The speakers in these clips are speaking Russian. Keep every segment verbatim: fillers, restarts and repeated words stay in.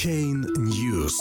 Chain News.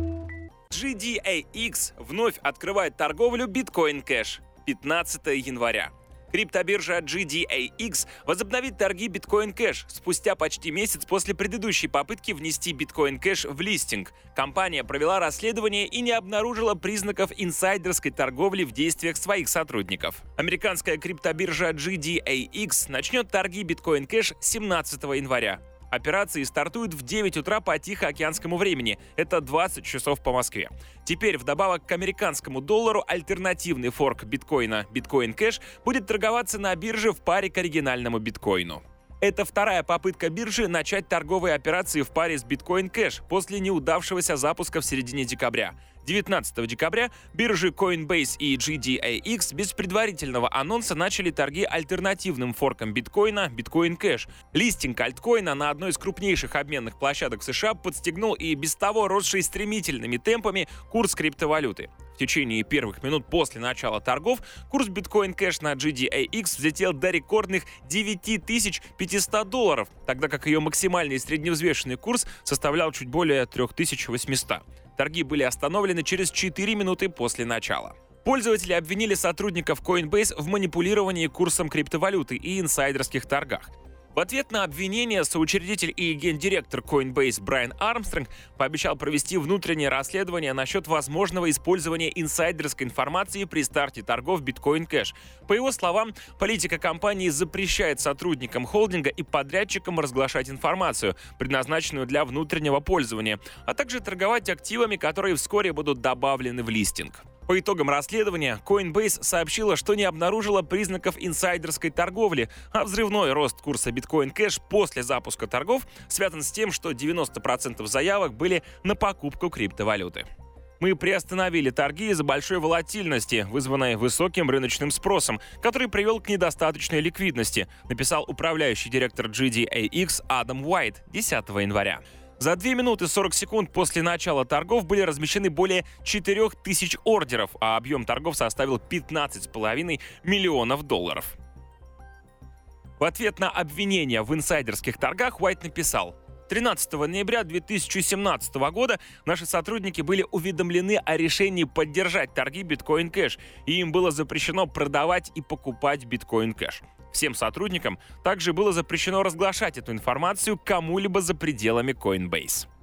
джи ди эй икс вновь открывает торговлю Bitcoin Cash пятнадцатого января. Криптобиржа джи ди эй икс возобновит торги Bitcoin Cash спустя почти месяц после предыдущей попытки внести Bitcoin Cash в листинг. Компания провела расследование и не обнаружила признаков инсайдерской торговли в действиях своих сотрудников. Американская криптобиржа джи ди эй икс начнет торги Bitcoin Cash семнадцатого января. Операции стартуют в девять утра по тихоокеанскому времени, это двадцать часов по Москве. Теперь вдобавок к американскому доллару альтернативный форк биткоина Bitcoin Cash будет торговаться на бирже в паре к оригинальному биткоину. Это вторая попытка биржи начать торговые операции в паре с Bitcoin Cash после неудавшегося запуска в середине декабря. девятнадцатого декабря биржи Coinbase и джи ди эй икс без предварительного анонса начали торги альтернативным форком биткоина Bitcoin Cash. Листинг альткоина на одной из крупнейших обменных площадок США подстегнул и без того росший стремительными темпами курс криптовалюты. В течение первых минут после начала торгов курс Bitcoin Cash на джи ди эй икс взлетел до рекордных девять тысяч пятьсот долларов, тогда как ее максимальный средневзвешенный курс составлял чуть более три тысячи восемьсот. Торги были остановлены через четыре минуты после начала. Пользователи обвинили сотрудников Coinbase в манипулировании курсом криптовалюты и инсайдерских торгах. В ответ на обвинение соучредитель и гендиректор Coinbase Брайан Армстронг пообещал провести внутреннее расследование насчет возможного использования инсайдерской информации при старте торгов Bitcoin Cash. По его словам, политика компании запрещает сотрудникам холдинга и подрядчикам разглашать информацию, предназначенную для внутреннего пользования, а также торговать активами, которые вскоре будут добавлены в листинг. По итогам расследования Coinbase сообщила, что не обнаружила признаков инсайдерской торговли, а взрывной рост курса Bitcoin Cash после запуска торгов связан с тем, что девяносто процентов заявок были на покупку криптовалюты. Мы приостановили торги из-за большой волатильности, вызванной высоким рыночным спросом, который привел к недостаточной ликвидности, написал управляющий директор джи ди эй икс Адам Уайт десятого января. За две минуты сорок секунд после начала торгов были размещены более четырех тысяч ордеров, а объем торгов составил пятнадцать целых пять десятых миллионов долларов. В ответ на обвинения в инсайдерских торгах Уайт написал: тринадцатого ноября две тысячи семнадцатого года наши сотрудники были уведомлены о решении поддержать торги Bitcoin Cash, и им было запрещено продавать и покупать Bitcoin Cash. Всем сотрудникам также было запрещено разглашать эту информацию кому-либо за пределами Coinbase.